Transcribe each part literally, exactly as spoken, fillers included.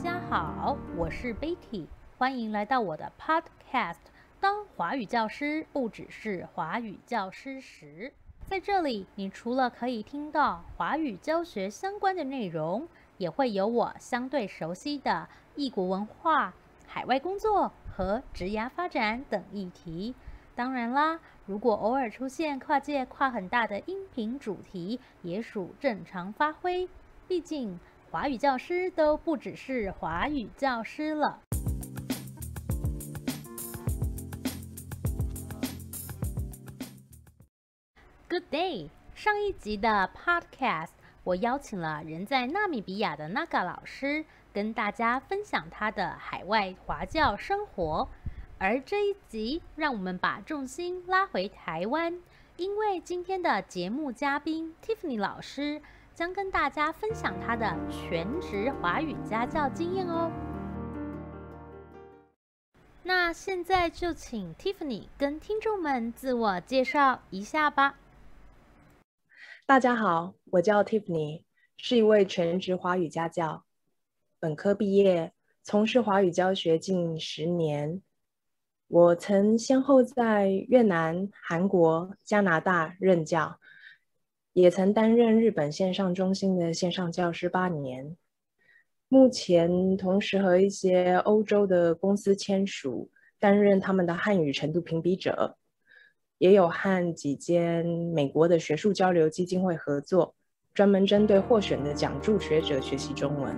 家好，我是 Betty， 欢迎来到我的 Podcast。当华语教师不只是华语教师时，在这里，你除了可以听到华语教学相关的内容，也会有我相对熟悉的异国文化、海外工作和职涯发展等议题。当然啦，如果偶尔出现跨界跨很大的音频主题，也属正常发挥。毕竟，华语教师都不只是华语教师了。Good day！ 上一集的 Podcast， 我邀请了人在纳米比亚的 Naga 老师，跟大家分享他的海外华教生活。而这一集，让我们把重心拉回台湾，因为今天的节目嘉宾 Tiffany 老师将跟大家分享她的全职华语家教经验哦。那现在就请 Tiffany 跟听众们自我介绍一下吧。 大家好，我叫 Tiffany， 是一位全职华语家教，本科毕业，从事华语教学近十年。我曾先后在越南、韩国、加拿大任教，也曾担任日本线上中心的线上教师八年。目前同时和一些欧洲的公司签署，担任他们的汉语程度评比者，也有和几间美国的学术交流基金会合作，专门针对获选的奖助学者学习中文。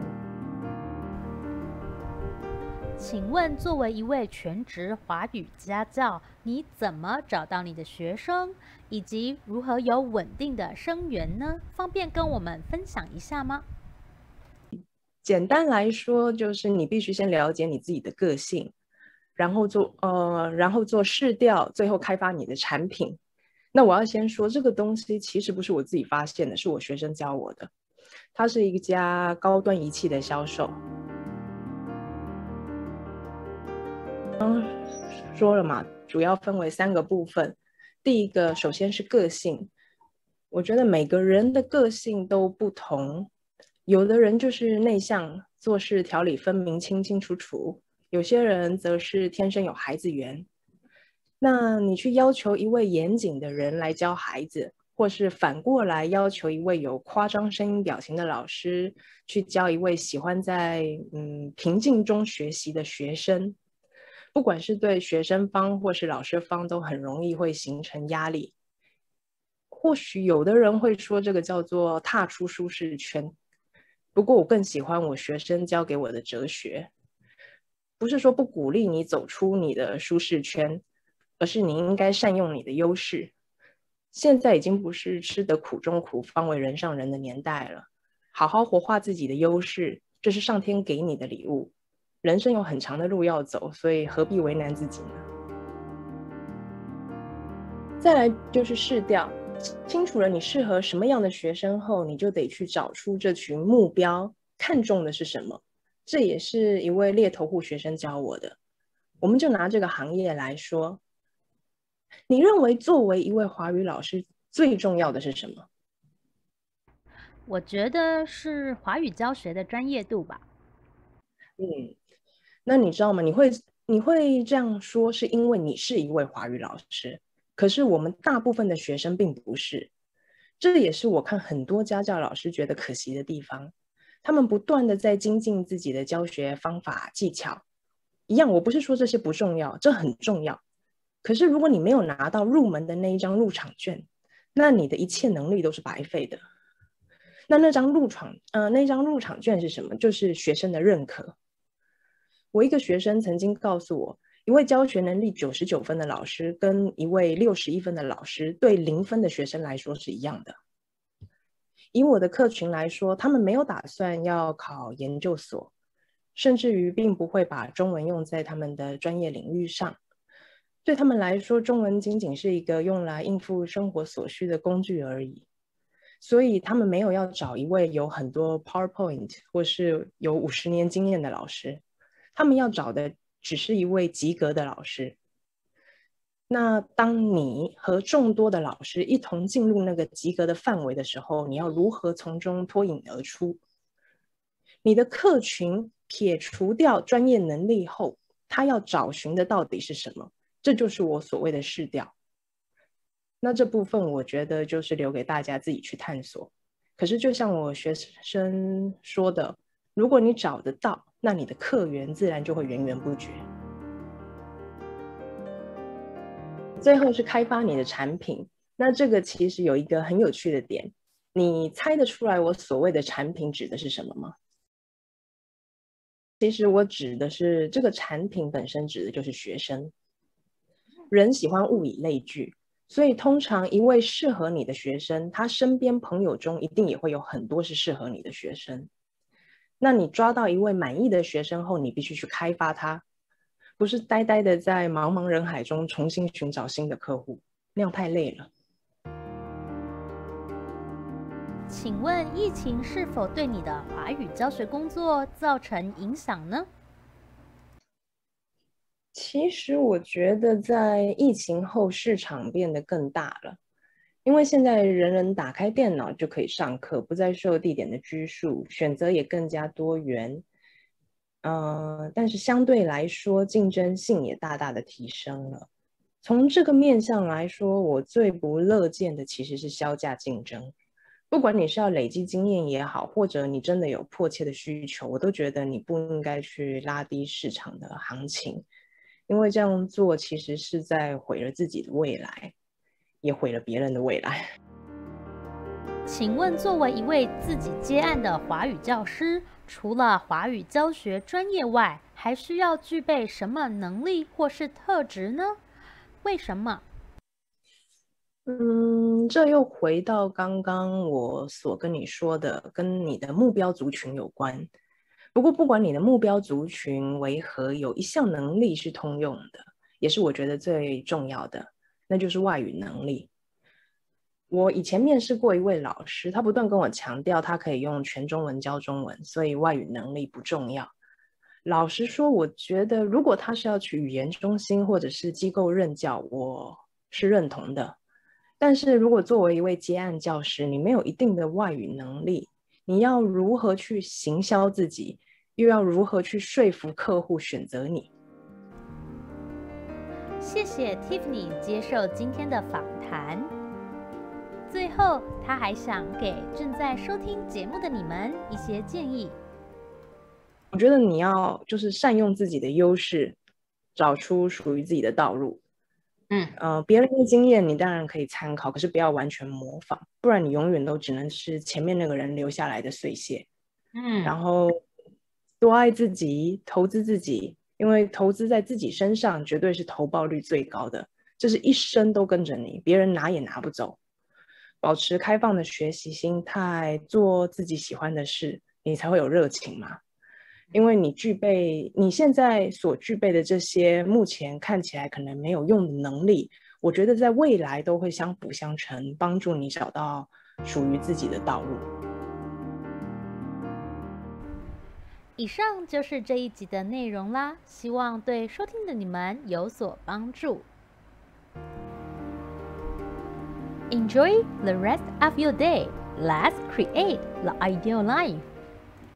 请问，作为一位全职华语家教，你怎么找到你的学生，以及如何有稳定的生源呢？方便跟我们分享一下吗？ 简单来说，就是你必须先了解你自己的个性，然后做呃，然后做试调，最后开发你的产品。那我要先说，这个东西其实不是我自己发现的，是我学生教我的。他是一家高端仪器的销售。刚说了嘛，主要分为三个部分。第一个，首先是个性。我觉得每个人的个性都不同，有的人就是内向，做事条理分明、清清楚楚；有些人则是天生有孩子缘。那你去要求一位严谨的人来教孩子，或是反过来要求一位有夸张声音表情的老师去教一位喜欢在嗯平静中学习的学生，不管是对学生方或是老师方，都很容易会形成压力。或许有的人会说这个叫做踏出舒适圈，不过我更喜欢我学生教给我的哲学，不是说不鼓励你走出你的舒适圈，而是你应该善用你的优势。现在已经不是吃得苦中苦，方为人上人的年代了，好好活化自己的优势，这是上天给你的礼物。人生有很长的路要走，所以何必为难自己呢？再来就是试调，清楚了你适合什么样的学生后，你就得去找出这群目标看重的是什么。这也是一位猎头户学生教我的。我们就拿这个行业来说，你认为作为一位华语老师最重要的是什么？ 我觉得是华语教学的专业度吧。 嗯，那你知道吗？你会你会这样说，是因为你是一位华语老师，可是我们大部分的学生并不是。这也是我看很多家教老师觉得可惜的地方。他们不断的在精进自己的教学方法技巧。一样，我不是说这些不重要，这很重要。可是如果你没有拿到入门的那一张入场券，那你的一切能力都是白费的。那那张入场，呃，那张入场券是什么？就是学生的认可。我一个学生曾经告诉我，一位教学能力九十九分的老师跟一位六十一分的老师对零分的学生来说是一样的。以我的客群来说，他们没有打算要考研究所，甚至于并不会把中文用在他们的专业领域上。对他们来说，中文仅仅是一个用来应付生活所需的工具而已。所以他们没有要找一位有很多 PowerPoint 或是有五十年经验的老师，他们要找的只是一位及格的老师。那当你和众多的老师一同进入那个及格的范围的时候，你要如何从中脱颖而出？你的客群撇除掉专业能力后，他要找寻的到底是什么？这就是我所谓的市调。那这部分我觉得就是留给大家自己去探索。可是就像我学生说的，如果你找得到，那你的客源自然就会源源不绝。最后是开发你的产品，那这个其实有一个很有趣的点，你猜得出来我所谓的产品指的是什么吗？其实我指的是这个产品本身指的就是学生。人喜欢物以类聚，所以通常一位适合你的学生，他身边朋友中一定也会有很多是适合你的学生。那你抓到一位满意的学生后，你必须去开发他，不是呆呆的在茫茫人海中重新寻找新的客户，那样太累了。 请问疫情是否对你的华语教学工作造成影响呢？ 其实我觉得在疫情后市场变得更大了，因为现在人人打开电脑就可以上课，不再受地点的拘束，选择也更加多元。呃，但是相对来说，竞争性也大大的提升了。从这个面向来说，我最不乐见的其实是销价竞争。不管你是要累积经验也好，或者你真的有迫切的需求，我都觉得你不应该去拉低市场的行情，因为这样做其实是在毁了自己的未来，也毁了别人的未来。 请问，作为一位自己接案的华语教师，除了华语教学专业外，还需要具备什么能力或是特质呢？为什么？ 嗯，这又回到刚刚我所跟你说的，跟你的目标族群有关。不过，不管你的目标族群为何，有一项能力是通用的，也是我觉得最重要的，那就是外语能力。我以前面试过一位老师，他不断跟我强调，他可以用全中文教中文，所以外语能力不重要。老实说，我觉得如果他是要去语言中心或者是机构任教，我是认同的。但是如果作为一位接案教师，你没有一定的外语能力，你要如何去行销自己，又要如何去说服客户选择你？ 谢谢 Tiffany 接受今天的访谈。最后，他还想给正在收听节目的你们一些建议。 我觉得你要就是善用自己的优势，找出属于自己的道路。嗯，呃，别人的经验你当然可以参考，可是不要完全模仿，不然你永远都只能是前面那个人留下来的碎屑。嗯，然后多爱自己，投资自己，因为投资在自己身上绝对是投报率最高的，这是一生都跟着你，别人拿也拿不走。保持开放的学习心态，做自己喜欢的事，你才会有热情嘛。因为你具备你现在所具备的这些目前看起来可能没有用的能力，我觉得在未来都会相辅相成，帮助你找到属于自己的道路。 以上就是这一集的内容啦，希望对收听的你们有所帮助。Enjoy the rest of your day. Let's create the ideal life.